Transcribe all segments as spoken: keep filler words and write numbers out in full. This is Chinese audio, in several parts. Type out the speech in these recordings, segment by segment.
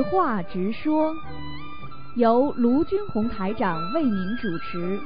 实话直说，由卢军红台长为您主持。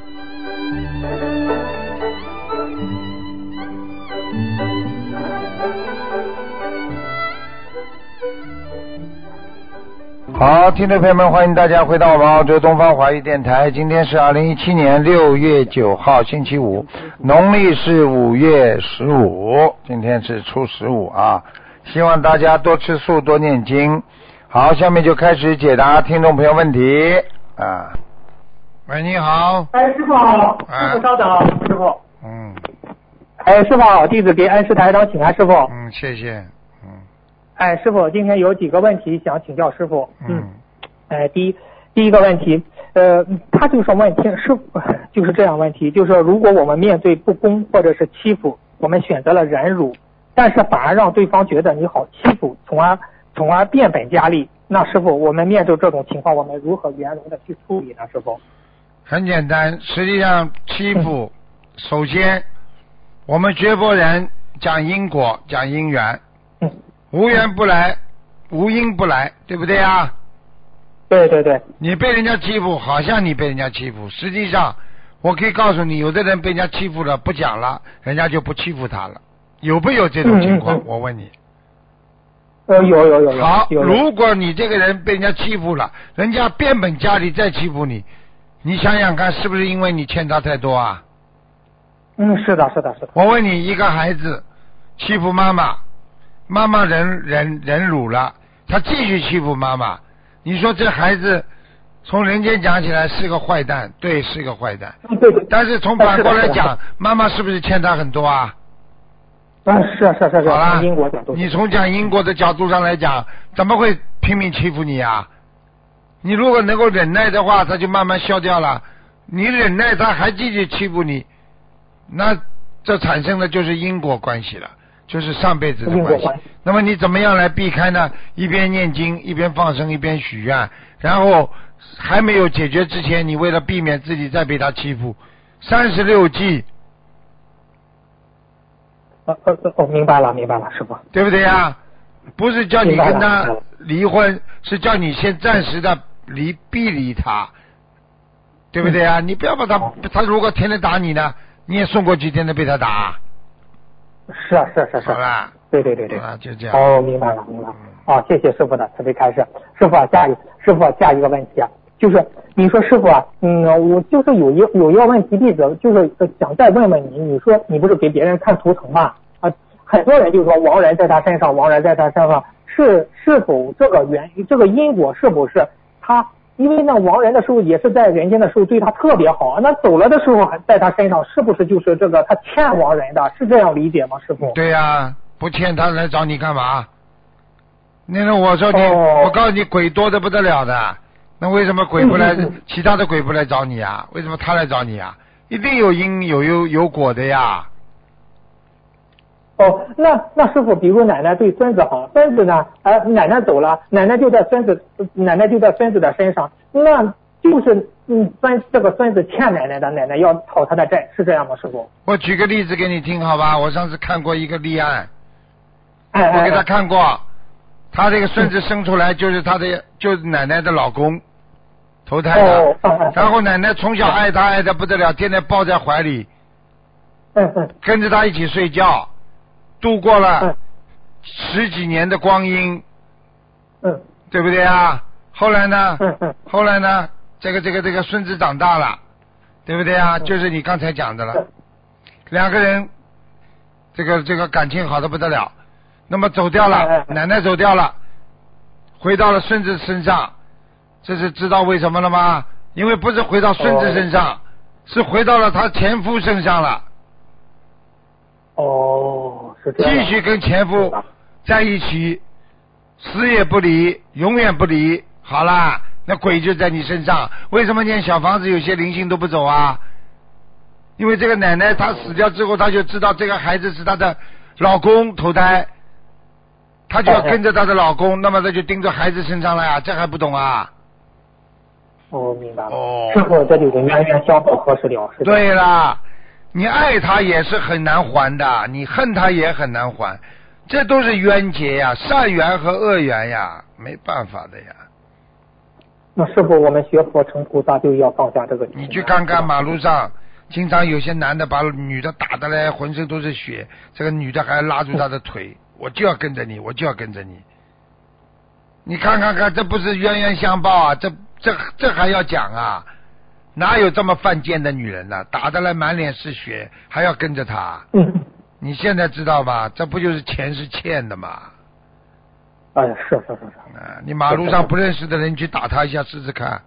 好，听众朋友们，欢迎大家回到我们澳洲东方华语电台。今天是二零一七年六月九号，星期五，农历是五月十五，今天是初十五啊。希望大家多吃素，多念经。好，下面就开始解答听众朋友问题啊。喂，你好。 哎，师傅好，师傅稍等，师傅。 嗯。 哎，师傅好，弟子给恩师台长请安，师傅。 嗯，谢谢。 哎，师傅，今天有几个问题想请教师傅。 嗯。 哎，第一，第一个问题，呃，他就是问听师傅就是这样问题，就是说如果我们面对不公或者是欺负，我们选择了忍辱，但是反而让对方觉得你好欺负，从而从而变本加厉，那师傅，我们面对这种情况，我们如何圆融的去处理呢？师傅？ 很简单，实际上欺负，嗯、首先我们学佛人讲因果，讲因缘。 嗯。 无缘不来，无因不来，对不对啊？ 对对对。 你被人家欺负，好像你被人家欺负，实际上我可以告诉你，有的人被人家欺负了，不讲了，人家就不欺负他了，有没有这种情况？ 嗯嗯嗯我问你。 呃，有有有有。 好， 有有如果你这个人被人家欺负了，人家变本加厉再欺负你，你想想看，是不是因为你欠他太多啊？ 嗯，是的，是的，是的。 我问你，一个孩子欺负妈妈。妈妈忍忍忍辱了，他继续欺负妈妈。你说这孩子从人间讲起来是个坏蛋，对，是个坏蛋。 对对。 但是从反过来讲，妈妈是不是欠他很多啊？ 啊，是是是是。 好了， 因果角度。 你从讲因果的角度上来讲，怎么会拼命欺负你啊？你如果能够忍耐的话，他就慢慢消掉了。你忍耐，他还继续欺负你，那这产生的就是因果关系了。就是上辈子的关系，那么你怎么样来避开呢？一边念经，一边放生，一边许愿，然后还没有解决之前，你为了避免自己再被他欺负，三十六计。 呃呃哦，明白了，明白了，师傅。 对不对呀？不是叫你跟他离婚，是叫你先暂时的离避离他，对不对呀？嗯、你不要把他，他如果天天打你呢，你也送过去，天天被他打。 是啊，是啊是是。 好啦。 对对对对。 啊，就这样。 哦，明白了，明白了。哦，谢谢师傅的慈悲开示。师傅啊，下一师傅啊，下一个问题啊，就是你说师傅啊，嗯，我就是有一有一个问题，弟子就是想再问问你，你说你不是给别人看图腾嘛？啊，很多人就说亡人在他身上，亡人在他身上，是是否这个原这个因果是不是他？因为那亡人的时候也是在人间的时候对他特别好，那走了的时候还在他身上，是不是就是这个他欠亡人的？是这样理解吗，师傅？ 对呀、啊，不欠他来找你干嘛？那个我说你， 哦、 我告诉你，鬼多的不得了的，那为什么鬼不来？ 嗯嗯嗯其他的鬼不来找你啊？为什么他来找你啊？一定有因有有有果的呀。 哦，那那师傅，比如奶奶对孙子好，孙子呢，呃，奶奶走了，奶奶就在孙子，奶奶就在孙子的身上，那就是嗯，孙这个孙子欠奶奶的，奶奶要讨他的债，是这样吗，师傅？ 我举个例子给你听，好吧？我上次看过一个例案， 哎哎， 我给他看过，他这个孙子生出来就是他的，就是奶奶的老公投胎的， 哦哦哦、 然后奶奶从小爱他爱得不得了，天天抱在怀里， 嗯嗯， 跟着他一起睡觉。度过了十几年的光阴， 嗯， 对不对啊？后来呢？ 嗯嗯， 后来呢？这个这个这个孙子长大了，对不对啊？ 嗯、 就是你刚才讲的了，两个人这个这个感情好的不得了，那么走掉了， 嗯嗯、 奶奶走掉了，回到了孙子身上，这是知道为什么了吗？因为不是回到孙子身上，哦、是回到了他前夫身上了。 哦，是这样。 继续跟前夫在一起，死也不离，永远不离。好啦，那鬼就在你身上。为什么念小房子有些灵性都不走啊？因为这个奶奶她死掉之后，她就知道这个孩子是她的老公投胎，她就要跟着她的老公，那么她就盯着孩子身上了呀，这还不懂啊？ 哦，明白了。 哦， 师傅，这就是冤冤相报何时了？是对啦。你爱他也是很难还的，你恨他也很难还。 这都是冤结呀，善缘和恶缘呀，没办法的呀。 那师傅，我们学佛成菩萨就要放下这个情。 你去看看马路上，经常有些男的把女的打得来浑身都是血，这个女的还拉住他的腿，我就要跟着你，我就要跟着你。你看看看，这不是冤冤相报啊？这这这还要讲啊？哪有这么犯贱的女人呢、啊？打得来满脸是血，还要跟着他？ 嗯。 你现在知道吧？这不就是钱是欠的吗？ 哎呀，是是是是。 啊，你马路上不认识的人，你去打他一下试试看。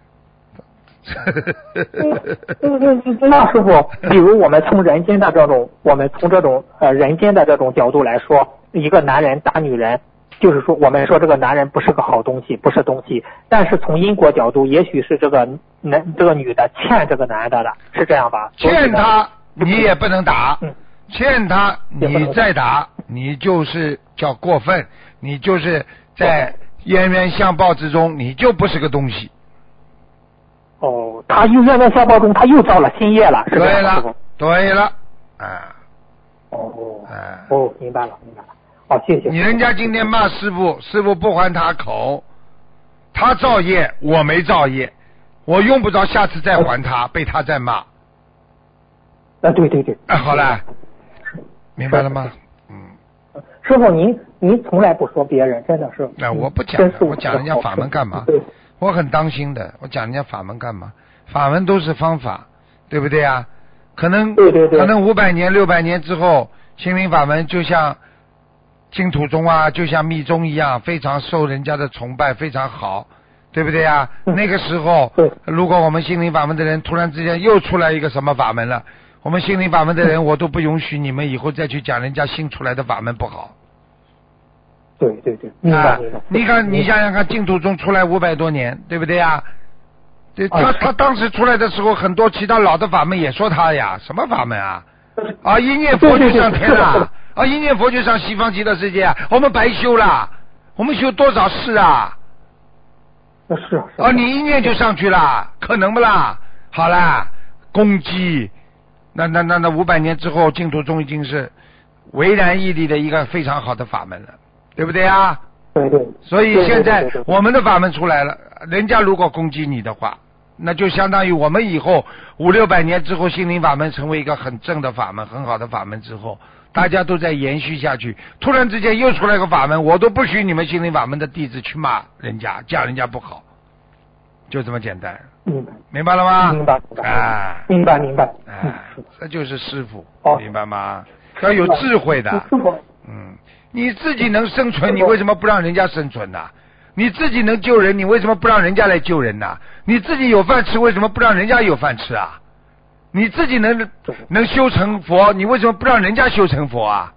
那师傅，比如我们从人间的这种，我们从这种呃人间的这种角度来说，一个男人打女人，就是说我们说这个男人不是个好东西，不是东西。但是从因果角度，也许是这个男这个女的欠这个男的的，是这样吧？ 欠他你也不能打， 嗯、 欠他你再打，你就是叫过分，你就是在冤冤相报之中，你就不是个东西。 哦，他又冤冤相报中，他又造了新业了，是这样对了，对了，啊， 哦， 啊， 哦，明白了，明白了。好，谢谢。 你人家今天骂师傅，师傅不还他口，他造业，我没造业，我用不着下次再还他，被他再骂。 啊，对对对。 啊，好了，明白了吗？嗯。 师傅，您您从来不说别人，真的是。 那、啊、我不讲了，我讲人家法门干嘛？ 对。 我很当心的，我讲人家法门干嘛？法门都是方法，对不对啊？可能对对对， 可能五百年、六百年之后，心灵法门就像净土宗啊，就像密宗一样，非常受人家的崇拜，非常好，对不对啊？ 嗯、 那个时候，如果我们心灵法门的人突然之间又出来一个什么法门了，我们心灵法门的人，我都不允许你们以后再去讲人家新出来的法门不好。 对对对，明白明白。 你看，你想想看，净土宗出来五百多年，对不对呀？对，他他当时出来的时候，很多其他老的法门也说他呀，什么法门啊？啊，一念佛就上天了，啊，一念佛就上西方极乐世界啊，我们白修了，我们修多少世啊？ 是是。 啊，你一念就上去了，可能不啦？好啦，攻击，那那那那五百年之后，净土宗已经是巍然屹立的一个非常好的法门了。对不对啊？ 对对。 所以现在我们的法门出来了，人家如果攻击你的话，那就相当于我们以后五六百年之后，心灵法门成为一个很正的法门、很好的法门之后，大家都在延续下去。突然之间又出来个法门，我都不许你们心灵法门的弟子去骂人家，讲人家不好，就这么简单。 明白。 明白了吗？ 明白明白。 啊， 明白明白。 啊，这就是师父， 哦、 明白吗？要有智慧的。 师父。 嗯。你自己能生存，你为什么不让人家生存呢、啊？你自己能救人，你为什么不让人家来救人呢、啊？你自己有饭吃，为什么不让人家有饭吃啊？你自己能能修成佛，你为什么不让人家修成佛啊？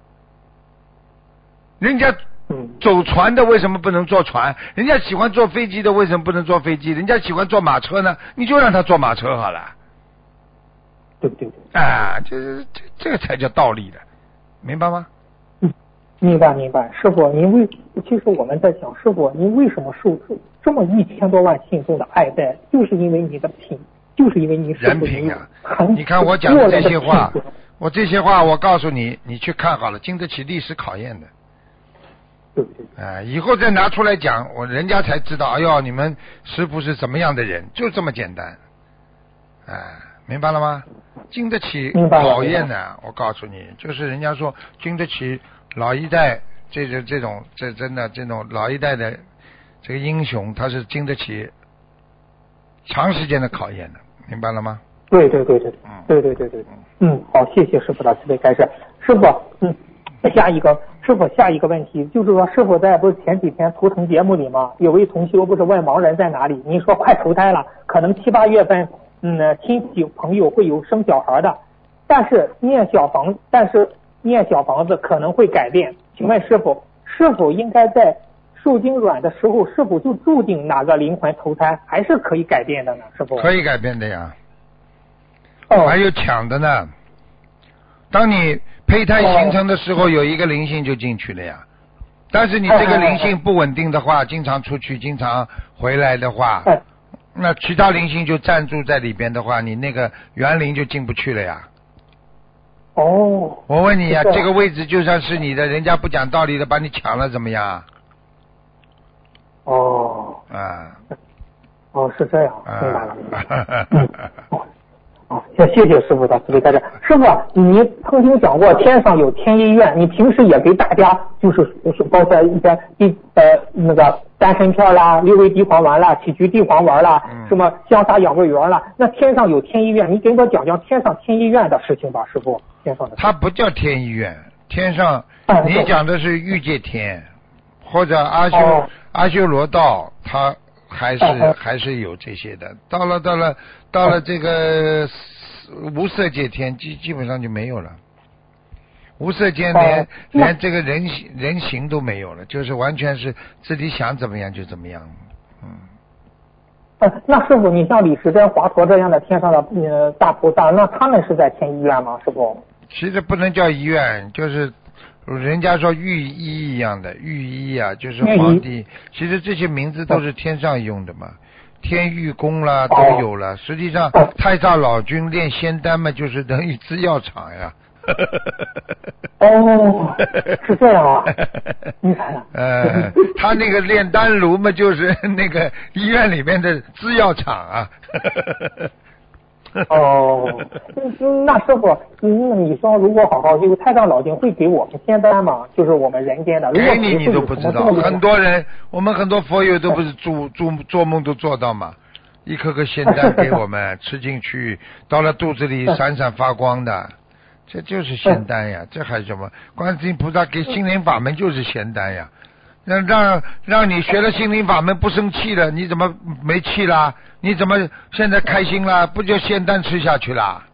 人家走船的为什么不能坐船？人家喜欢坐飞机的为什么不能坐飞机？人家喜欢坐马车呢？你就让他坐马车好了。 对对对。 啊，这这这个才叫道理的，明白吗？ 明白明白，师傅，您为其实我们在想，师傅，您为什么受这么一千多万信众的爱戴？就是因为你的品，就是因为你人品啊！你看我讲的这些话，我这些话，我告诉你，你去看好了，经得起历史考验的。 对对。 哎、呃，以后再拿出来讲，我人家才知道，哎呦，你们师父是怎么样的人，就这么简单。哎、呃，明白了吗？经得起考验的，我告诉你，就是人家说经得起。老一代这种这种这真的这种老一代的这个英雄，他是经得起长时间的考验的，明白了吗？ 对对对对，嗯，对对对对，嗯，好，谢谢师傅的慈悲开示。师傅，嗯，下一个师傅下一个问题就是说，师傅在不是前几天图腾节目里吗？有位同修不是问盲人在哪里？您说快投胎了，可能七八月份，嗯，亲戚朋友会有生小孩的，但是念小房，但是。念小房子可能会改变，请问师傅，是否应该在受精卵的时候，是否就注定哪个灵魂投胎，还是可以改变的呢？师傅可以改变的呀， 哦， 还有抢的呢。当你胚胎形成的时候，有一个灵性就进去了呀。但是你这个灵性不稳定的话，经常出去，经常回来的话，那其他灵性就暂住在里边的话，你那个原灵就进不去了呀。 哦。 我问你呀、 是这个位置就算是你的，人家不讲道理的把你抢了怎么样？ 哦。 啊。 哦，是这样， 啊明白了，明白了。嗯。哦。哦，谢谢谢师傅的慈悲开示。师傅，你曾经讲过天上有天医院，你平时也给大家就是包括一些地呃那个丹参片啦、六味地黄丸啦、杞菊地黄丸啦、 嗯、 什么香砂养胃丸啦。那天上有天医院，你给我讲讲天上天医院的事情吧，师傅。天上的。 它不叫天医院，天上、 哎、 你讲的是欲界天，或者阿修、 哦、 阿修罗道，它还是、 哎、 还是有这些的。到了到了到了这个无色界天，基基本上就没有了。无色间连、 哦、 连这个人形人形都没有了，就是完全是自己想怎么样就怎么样。嗯。 呃，那师傅，你像李时珍、华佗这样的天上的呃大菩萨，那他们是在天医院吗？师傅？ 其实不能叫医院，就是人家说御医一样的御医啊，就是皇帝。其实这些名字都是天上用的嘛，天御宫啦都有了。实际上，太上老君炼仙丹嘛，就是等于制药厂呀。 哦，是这样啊。你看， 呃，他那个炼丹炉嘛，就是那个医院里面的制药厂啊。 哦，那师傅，那你说如果好好修，太上老君会给我们仙丹吗？就是我们人间的。如果给你你都不知道，很多人，我们很多佛友都不是做做做梦都做到嘛，一颗颗仙丹给我们吃进去，到了肚子里闪闪发光的，这就是仙丹呀，这还是什么？观世音菩萨给心灵法门就是仙丹呀。让让让你学了心灵法门不生气了，你怎么没气啦？你怎么现在开心啦？不就仙丹吃下去啦？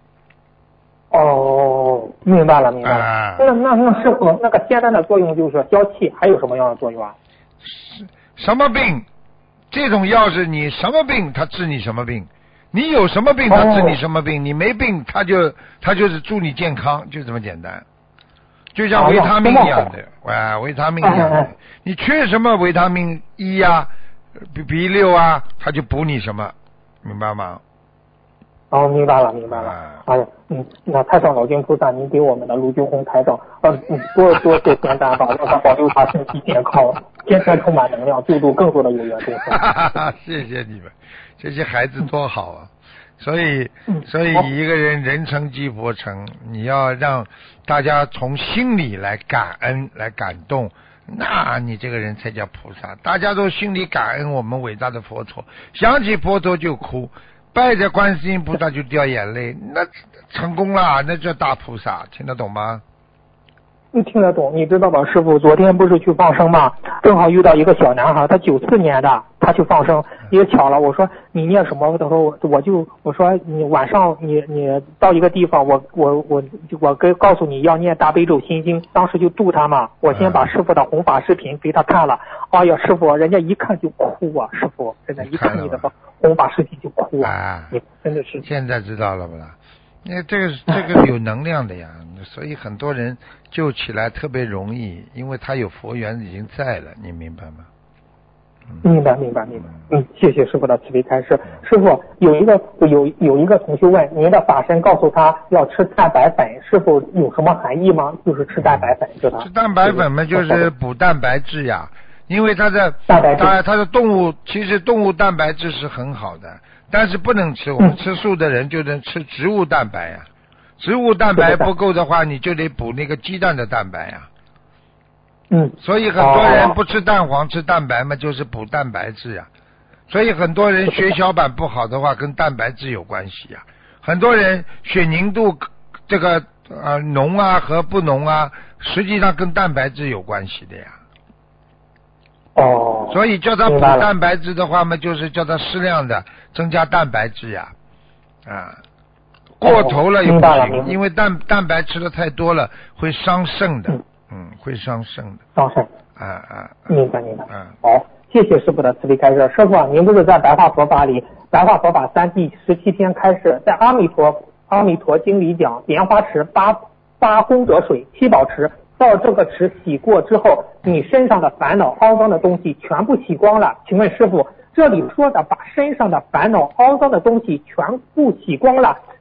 哦，明白了明白了。啊、那那那师傅，那个仙丹的作用就是消气，还有什么样的作用啊？ 什么病？这种药是你什么病，它治你什么病。你有什么病，它治你什么病。哦、你没病，它就它就是祝你健康，就这么简单。就像维他命一样的，啊，维他命一样的，你缺什么维他命一呀、B B 六啊，它就补你什么，明白吗？ 哦，明白了，明白了。哎呀，嗯，那太上老君菩萨，您给我们的卢军红台长，呃，多多谢仙丹吧，让他保佑他身体健康，天天充满能量，救助更多的有缘众生。 谢谢你们，这些孩子多好啊！所以，所以一个人人成即佛成，你要让大家从心里来感恩、来感动，那你这个人才叫菩萨。大家都心里感恩我们伟大的佛陀，想起佛陀就哭，拜着观世音菩萨就掉眼泪，那成功了，那叫大菩萨，听得懂吗？ 你听得懂？你知道吧，师傅？昨天不是去放生吗？正好遇到一个小男孩，他九四年的，他去放生，也巧了。我说你念什么？他说我我就我说你晚上你你到一个地方，我我我我跟告诉你要念大悲咒心经，当时就度他嘛。我先把师傅的弘法视频给他看了，哎呀，师傅，人家一看就哭啊，师傅，真的，一看你的弘法视频就哭啊，你真的是。 现在知道了不啦？因为这个这个有能量的呀，所以很多人救起来特别容易，因为他有佛缘已经在了，你明白吗？ 嗯、明白明白明白。嗯，谢谢师傅的慈悲开示。师傅有一个有有一个同学问，您的法身告诉他要吃蛋白粉，师傅有什么含义吗？就是吃蛋白粉，知道？ 吃蛋白粉嘛，就是补蛋白质呀，因为它的蛋白质，它的动物其实动物蛋白质是很好的。但是不能吃，我们吃素的人就能吃植物蛋白呀、啊。植物蛋白不够的话，你就得补那个鸡蛋的蛋白呀、啊。 嗯。 所以很多人不吃蛋黄，吃蛋白嘛，就是补蛋白质呀、啊。所以很多人血小板不好的话，跟蛋白质有关系呀、啊。很多人血凝度这个呃浓啊和不浓啊，实际上跟蛋白质有关系的呀。 哦， 所以叫他补蛋白质的话嘛，就是叫他适量的增加蛋白质呀，啊，过头了也不行，因为蛋蛋白吃的太多了会伤肾的，嗯，嗯会伤肾的， 伤肾， 啊啊， 明白明白， 嗯， 好，谢谢师傅的慈悲开示。师傅，您不是在白话佛法里，白话佛法三第十七篇开示，在阿弥陀阿弥陀经里讲，莲花池八八功德水，七宝池。到这个池洗过之后，你身上的烦恼肮脏的东西全部洗光了。请问师傅，这里说的把身上的烦恼肮脏的东西全部洗光了，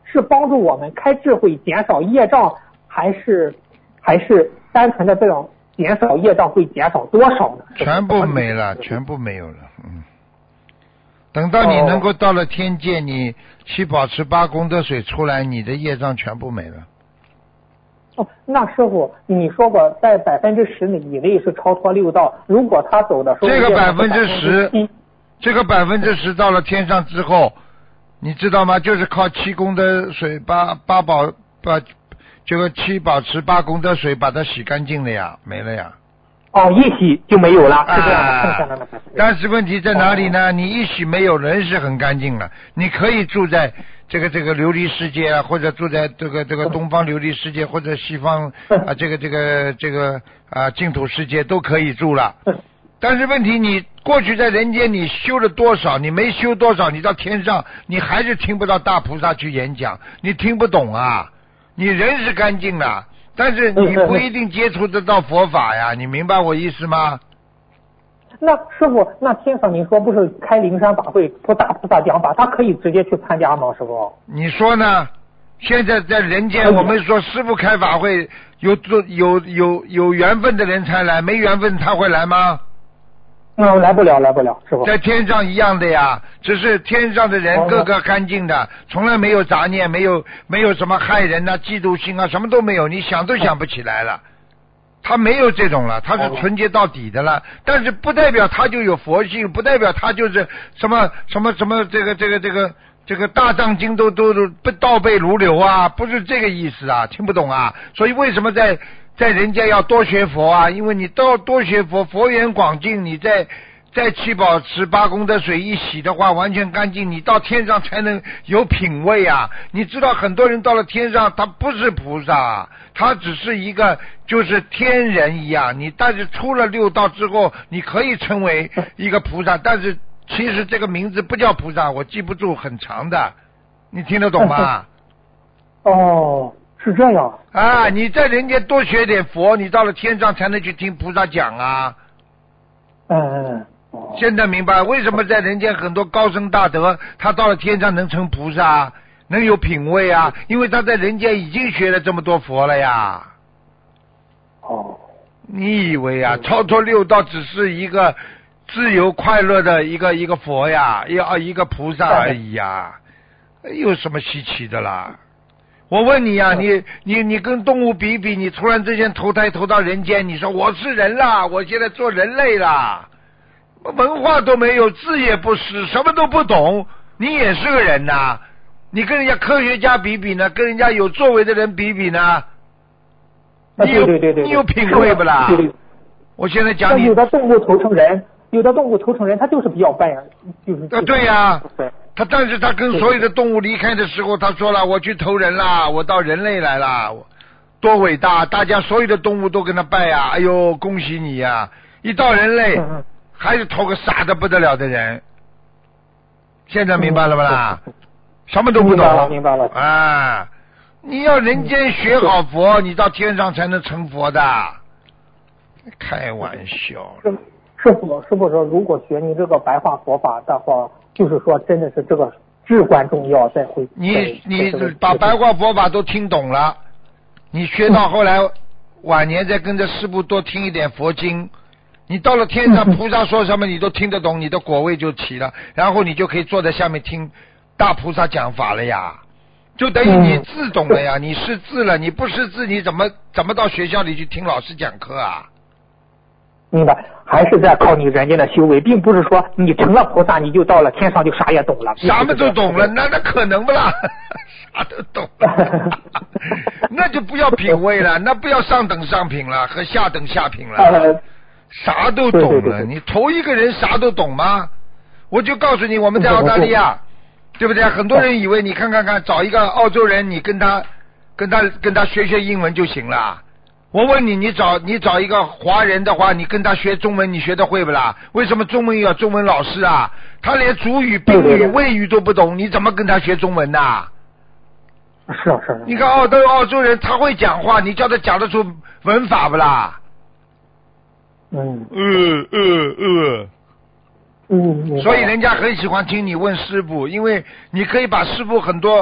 是帮助我们开智慧、减少业障，还是还是单纯的这种减少业障会减少多少呢？ 全部没了，全部没有了。嗯，等到你能够到了天界，你七宝池八功德水出来，你的业障全部没了。 哦，那师傅，你说过在百分之十以内是超脱六道，如果他走的时候， 这个百分之十，这个百分之十到了天上之后，你知道吗？就是靠七功德水八八宝把这个七宝池八功德水把它洗干净了呀，没了呀。 哦，一洗就没有了，是这样的。 啊、但是问题在哪里呢？哦、你一洗没有，人是很干净了。你可以住在这个这个琉璃世界啊，或者住在这个这个东方琉璃世界，或者西方啊这个这个这个啊净土世界都可以住了。但是问题，你过去在人间你修了多少？你没修多少，你到天上你还是听不到大菩萨去演讲，你听不懂啊。你人是干净的。但是你不一定接触得到佛法呀，你明白我意思吗？ 那师傅，那天上您说不是开灵山法会，说大菩萨讲法，他可以直接去参加吗？师傅？ 你说呢？现在在人间，我们说师父开法会，有有有有有缘分的人才来，没缘分他会来吗？ 嗯，来不了，来不了，师傅。 在天上一样的呀，只是天上的人个个干净的，从来没有杂念，没有没有什么害人啊、嫉妒心啊，什么都没有，你想都想不起来了。他没有这种了，他是纯洁到底的了。但是不代表他就有佛性，不代表他就是什么什么什么这个这个这个这个大藏经都都不倒背如流啊，不是这个意思啊，听不懂啊。所以为什么在在人间要多学佛啊？因为你都多学佛，佛缘广进，你在在七宝池八功德水一洗的话，完全干净，你到天上才能有品位啊！你知道很多人到了天上，他不是菩萨，他只是一个就是天人一样。你但是出了六道之后，你可以称为一个菩萨，但是其实这个名字不叫菩萨，我记不住，很长的，你听得懂吗？ 哦。是这样啊！你在人间多学点佛，你到了天上才能去听菩萨讲啊。 嗯嗯。 哦、现在明白为什么在人间很多高僧大德，他到了天上能成菩萨，能有品位啊？因为他在人间已经学了这么多佛了呀。 哦。 你以为啊，超脱六道只是一个自由快乐的一个一个佛呀，要一个菩萨而已呀，有什么稀奇的啦？我问你呀、啊，你你你跟动物比比，你突然之间投胎投到人间，你说我是人啦，我现在做人类啦，文化都没有，字也不识，什么都不懂，你也是个人呐、啊。你跟人家科学家比比呢，跟人家有作为的人比比呢，你有对对对对， 你有品位不啦？ 对对对， 我现在讲你， 有的动物投成人，有的动物投成人，他就是比较笨，就是。 啊，对呀、啊。他但是他跟所有的动物离开的时候，他说了，我去投人啦，我到人类来啦，多伟大！大家所有的动物都跟他拜呀、啊，哎呦，恭喜你呀、啊！一到人类，嗯、还是投个傻的不得了的人。现在明白了吧啦？嗯、什么都不懂， 明白了，明白了。 啊，你要人间学好佛，你到天上才能成佛的。开玩笑。 师傅，师傅说，如果学你这个白话佛法的话，就是说真的是这个至关重要，再会。 你你把白话佛法都听懂了，你学到后来晚年再跟着师父多听一点佛经，你到了天上菩萨说什么你都听得懂，你的果位就起了，然后你就可以坐在下面听大菩萨讲法了呀，就等于你字懂了呀，你识字了，你不识字你怎么怎么到学校里去听老师讲课啊？ 明白，还是在靠你人间的修为，并不是说你成了菩萨你就到了天上就啥也懂了。 啥么都懂了，那那可能不啦？啥都懂了，那就不要品位了，那不要上等上品了，和下等下品了，呃、啥都懂了。对对对对，你头一个人啥都懂吗？我就告诉你，我们在澳大利亚，对不对？很多人以为你看看看，找一个澳洲人，你跟他跟他跟他学学英文就行了。我问你，你找你找一个华人的话，你跟他学中文，你学得会不啦？为什么中文要中文老师啊？他连主语、宾语、谓语都不懂，你怎么跟他学中文呐？ 是啊是啊。 你看澳洲澳洲人他会讲话，你叫他讲得出文法不啦？ 嗯。 嗯嗯嗯。 嗯。 所以人家很喜欢听你问师父，因为你可以把师父很多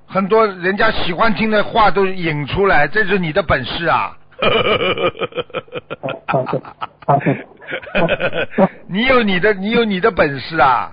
很多人家喜欢听的话都引出来，这是你的本事啊！你有你的，你有你的本事啊！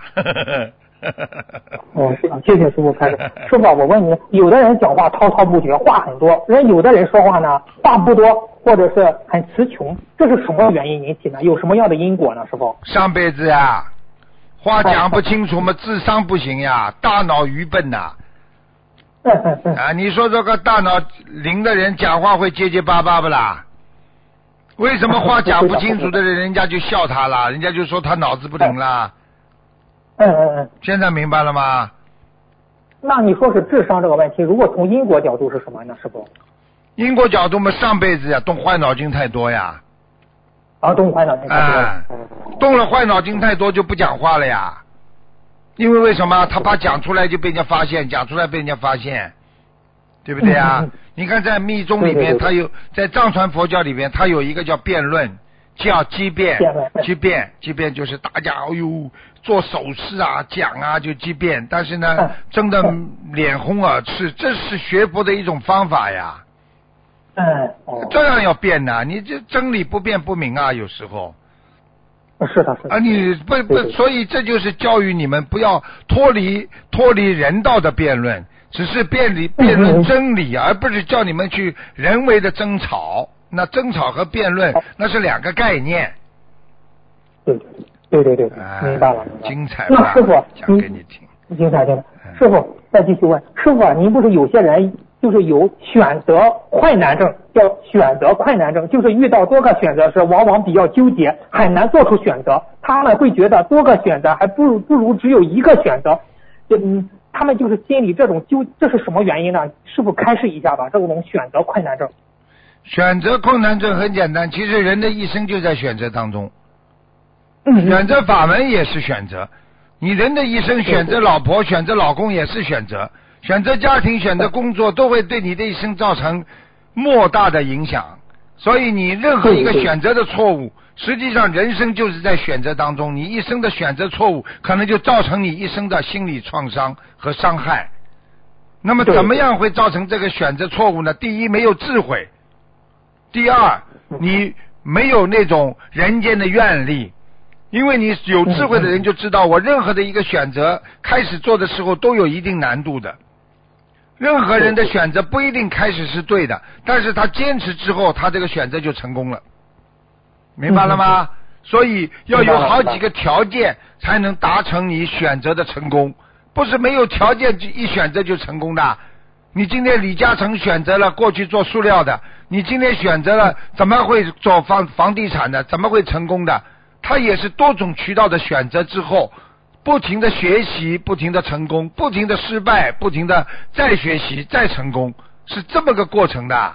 哦，谢谢师傅开始。师傅，我问你，有的人讲话滔滔不绝，话很多，人有的人说话呢，话不多，或者是很词穷，这是什么原因引起呢？有什么样的因果呢？师傅？ 上辈子呀，话讲不清楚嘛，智商不行呀，大脑愚笨呐。啊，你说这个大脑灵的人讲话会结结巴巴不啦？为什么话讲不清楚的人，人家就笑他了，人家就说他脑子不灵啦？ 嗯嗯嗯。 现在明白了吗？ 那你说是智商这个问题，如果从因果角度是什么呢？师傅？ 因果角度嘛，上辈子呀动坏脑筋太多呀。 啊，动坏脑筋太多。 哎，动了坏脑筋太多就不讲话了呀。因为为什么他怕讲出来就被人家发现，讲出来被人家发现，对不对啊？ 嗯嗯、 你看在密宗里面，他有在藏传佛教里面，他有一个叫辩论，叫激辩，激辩，激辩就是大家哎呦做手势啊、讲啊就激辩，但是呢，争得脸红耳赤，这是学佛的一种方法呀。 嗯，哦， 这样要辩呐、啊，你这真理不辩不明啊，有时候。 是的，是的。 啊，你不不，所以这就是教育你们不要脱离脱离人道的辩论，只是辩理辩论真理，而不是叫你们去人为的争吵。那争吵和辩论那是两个概念。 对对对对对，明白了。 精彩。 那师傅， 讲给你听。 精彩精彩。师傅，再继续问，师傅啊，您不是有些人就是有选择困难症，叫选择困难症，就是遇到多个选择时，往往比较纠结，很难做出选择。他们会觉得多个选择还不如不如只有一个选择，嗯，他们就是心里这种纠，这是什么原因呢？师傅开示一下吧，这种选择困难症。 选择困难症很简单，其实人的一生就在选择当中。嗯，选择法门也是选择，你人的一生选择老婆、选择老公也是选择。选择家庭、选择工作都会对你的一生造成莫大的影响，所以你任何一个选择的错误，实际上人生就是在选择当中，你一生的选择错误可能就造成你一生的心理创伤和伤害。那么怎么样会造成这个选择错误呢？第一，没有智慧；第二，你没有那种人间的愿力。因为你有智慧的人就知道，我任何的一个选择开始做的时候都有一定难度的。任何人的选择不一定开始是对的，但是他坚持之后，他这个选择就成功了，明白了吗？所以要有好几个条件才能达成你选择的成功，不是没有条件一选择就成功的。你今天李嘉诚选择了过去做塑料的，你今天选择了怎么会做房房地产的，怎么会成功的？他也是多种渠道的选择之后，不停的学习，不停的成功，不停的失败，不停的再学习再成功，是这么个过程的。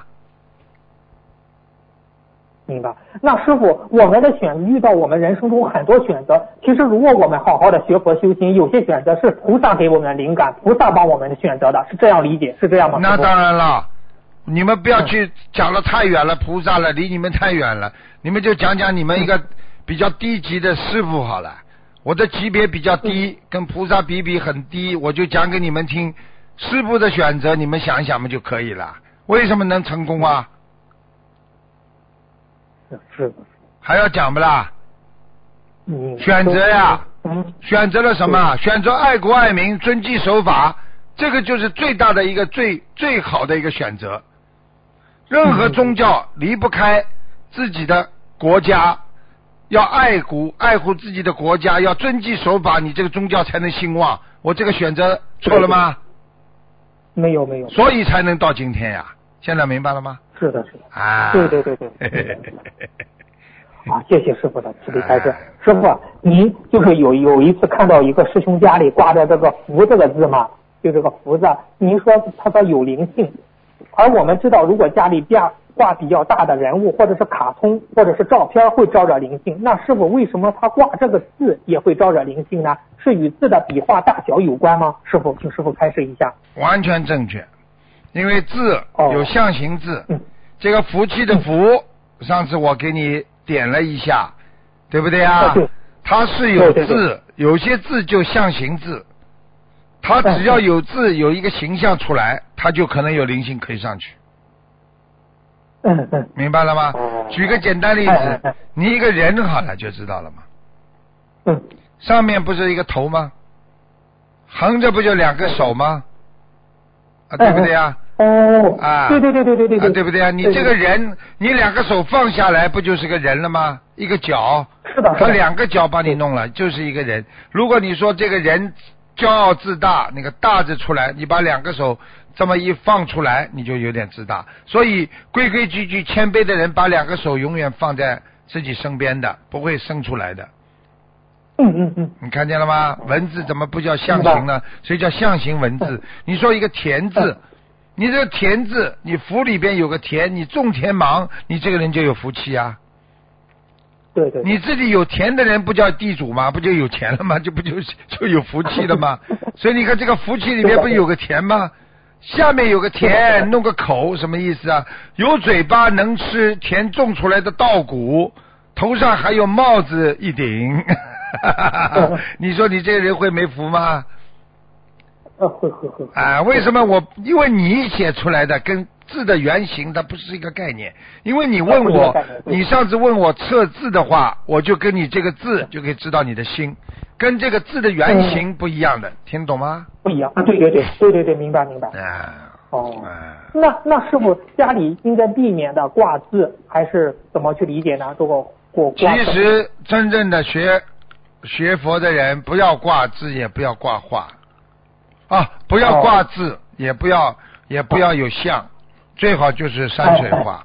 明白。那师傅，我们的选遇到我们人生中很多选择，其实如果我们好好的学佛修心，有些选择是菩萨给我们的灵感，菩萨帮我们选择的，是这样理解，是这样吗？ 那当然了，你们不要去讲得太远了，菩萨了，离你们太远了，你们就讲讲你们一个比较低级的师傅好了。我的级别比较低，跟菩萨比比很低，我就讲给你们听，师傅的选择你们想一想嘛就可以了。为什么能成功啊？ 是还要讲不啦？ 嗯， 选择呀， 嗯， 选择了什么？选择爱国爱民、遵纪守法，这个就是最大的一个最最好的一个选择。任何宗教离不开自己的国家，要爱国爱护自己的国家，要遵纪守法，你这个宗教才能兴旺。我这个选择错了吗？ 没有没有。 所以才能到今天呀。现在明白了吗？ 是的，是的。 啊， 对对对对。啊，谢谢师傅的慈悲开示。师傅，您就是有有一次看到一个师兄家里挂着这个福这个字嘛，就这个福字，您说他说有灵性，而我们知道，如果家里挂挂比较大的人物，或者是卡通，或者是照片，会招惹灵性。那师傅为什么他挂这个字也会招惹灵性呢？是与字的笔画大小有关吗？师傅，请师傅开示一下。 完全正确。因为字有象形字， 哦嗯、 这个福气的福、嗯，上次我给你点了一下，对不对啊？ 对， 它是有字， 对对对， 有些字就象形字， 他只要有字有一个形象出来，他就可能有灵性可以上去。 嗯嗯， 明白了吗？举个简单例子，你一个人好了就知道了嘛。 嗯， 上面不是一个头吗？横着不就两个手吗？啊，对不对呀？ 哦， 啊， 对对对对对对啊，对不对啊？你这个人，你两个手放下来，不就是个人了吗？一个脚， 是的， 他两个脚把你弄了，就是一个人。如果你说这个人骄傲自大，那个大字出来，你把两个手这么一放出来，你就有点自大。所以规规矩矩谦卑的人，把两个手永远放在自己身边的，不会伸出来的。 嗯嗯嗯， 你看见了吗？文字怎么不叫象形呢？所以叫象形文字。你说一个田字，你这个田字，你福里边有个田，你种田忙，你这个人就有福气啊。 对对。 你自己有田的人不叫地主吗？不就有钱了吗？就不就就有福气了吗？所以你看这个福气里面不是有个田吗？下面有个田，弄个口，什么意思啊？有嘴巴能吃田种出来的稻谷，头上还有帽子一顶。你说你这个人会没福吗？ 呃，会会会。 啊，为什么我？因为你写出来的跟字的原型它不是一个概念。因为你问我，你上次问我测字的话，我就跟你这个字就可以知道你的心，跟这个字的原型不一样的，听懂吗？ 不一样啊，对对对对对对，明白明白。 啊， 哦，那那师傅家里应该避免的挂字，还是怎么去理解呢？如果过其实真正的学学佛的人，不要挂字，也不要挂画啊，不要挂字，哦、也不要也不要有像，最好就是山水画。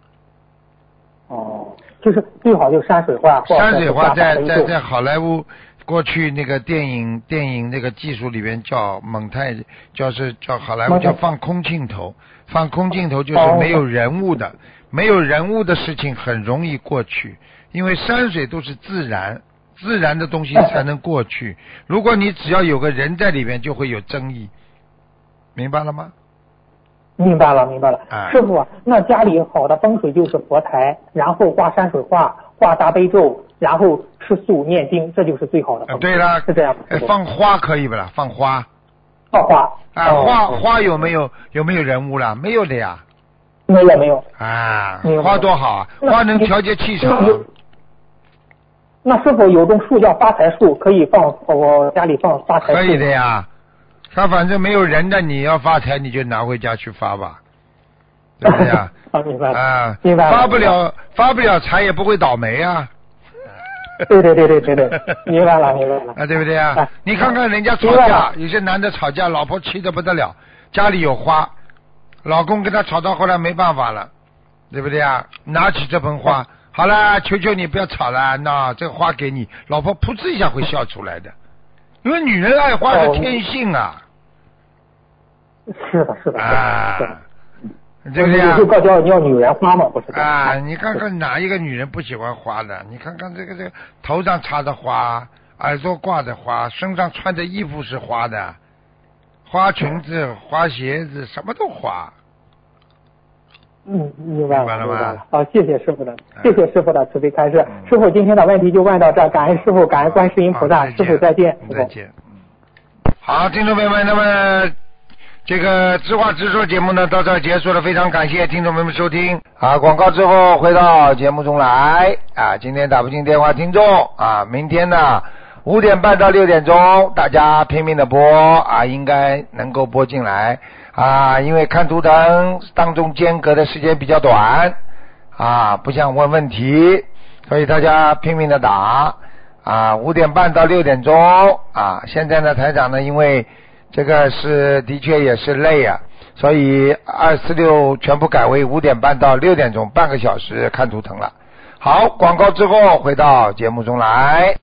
哦，就是最好就山水画。 山水画在在在好莱坞过去那个电影电影那个技术里边叫蒙太，叫是叫好莱坞叫放空镜头，放空镜头就是没有人物的，没有人物的事情很容易过去，因为山水都是自然。自然的东西才能过去，如果你只要有个人在里面，就会有争议，明白了吗？ 明白了，明白了。 啊、 师傅，那家里好的风水就是佛台，然后画山水画，画大悲咒，然后吃素念经，这就是最好的风水。 对了， 是这样。 放花可以不啦？放花。 放花。 啊， 哦、 花花有没有有没有人物啦？没有的呀。 没有没有。 啊，花多好啊！花能调节气场。 那是否有种树叫发财树，可以放我家里放发财树？ 可以的呀，他反正没有人的，你要发财你就拿回家去发吧，对不对呀？ 啊，明白了。 啊， 明白了。 发不了发不了财也不会倒霉啊。 对对对对对对，明白了明白了。 啊，对不对啊？啊你看看人家吵架，有些男的吵架，老婆气得不得了，家里有花，老公跟他吵到后来没办法了，对不对啊？拿起这盆花。好了，求求你不要吵了，那这个花给你，老婆噗嗤一下会笑出来的，因为女人爱花是天性啊。 是的，是的， 啊， 对不对啊？ 就叫叫女人花嘛，不是？ 啊，你看看哪一个女人不喜欢花的？你看看这个这个头上插的花，耳朵挂的花，身上穿的衣服是花的，花裙子、花鞋子，什么都花。 嗯，明白了， 明白了明白了。好，谢谢师傅的，谢谢师傅的慈悲开示。嗯、师傅今天的问题就问到这，感恩师傅，感恩观世音菩萨。师傅再见。 再见。好，听众朋友们，那么这个知话直说节目呢到这儿结束了，非常感谢听众朋友们收听。啊，广告之后回到节目中来啊，今天打不进电话听众啊，明天呢五点半到六点钟，大家拼命的拨啊，应该能够拨进来。啊，因为看图腾当中间隔的时间比较短啊，不像问问题，所以大家拼命的打啊，五点半到六点钟啊。现在呢，台长呢，因为这个是的确也是累啊，所以二四六全部改为五点半到六点钟，半个小时看图腾了。好，广告之后回到节目中来。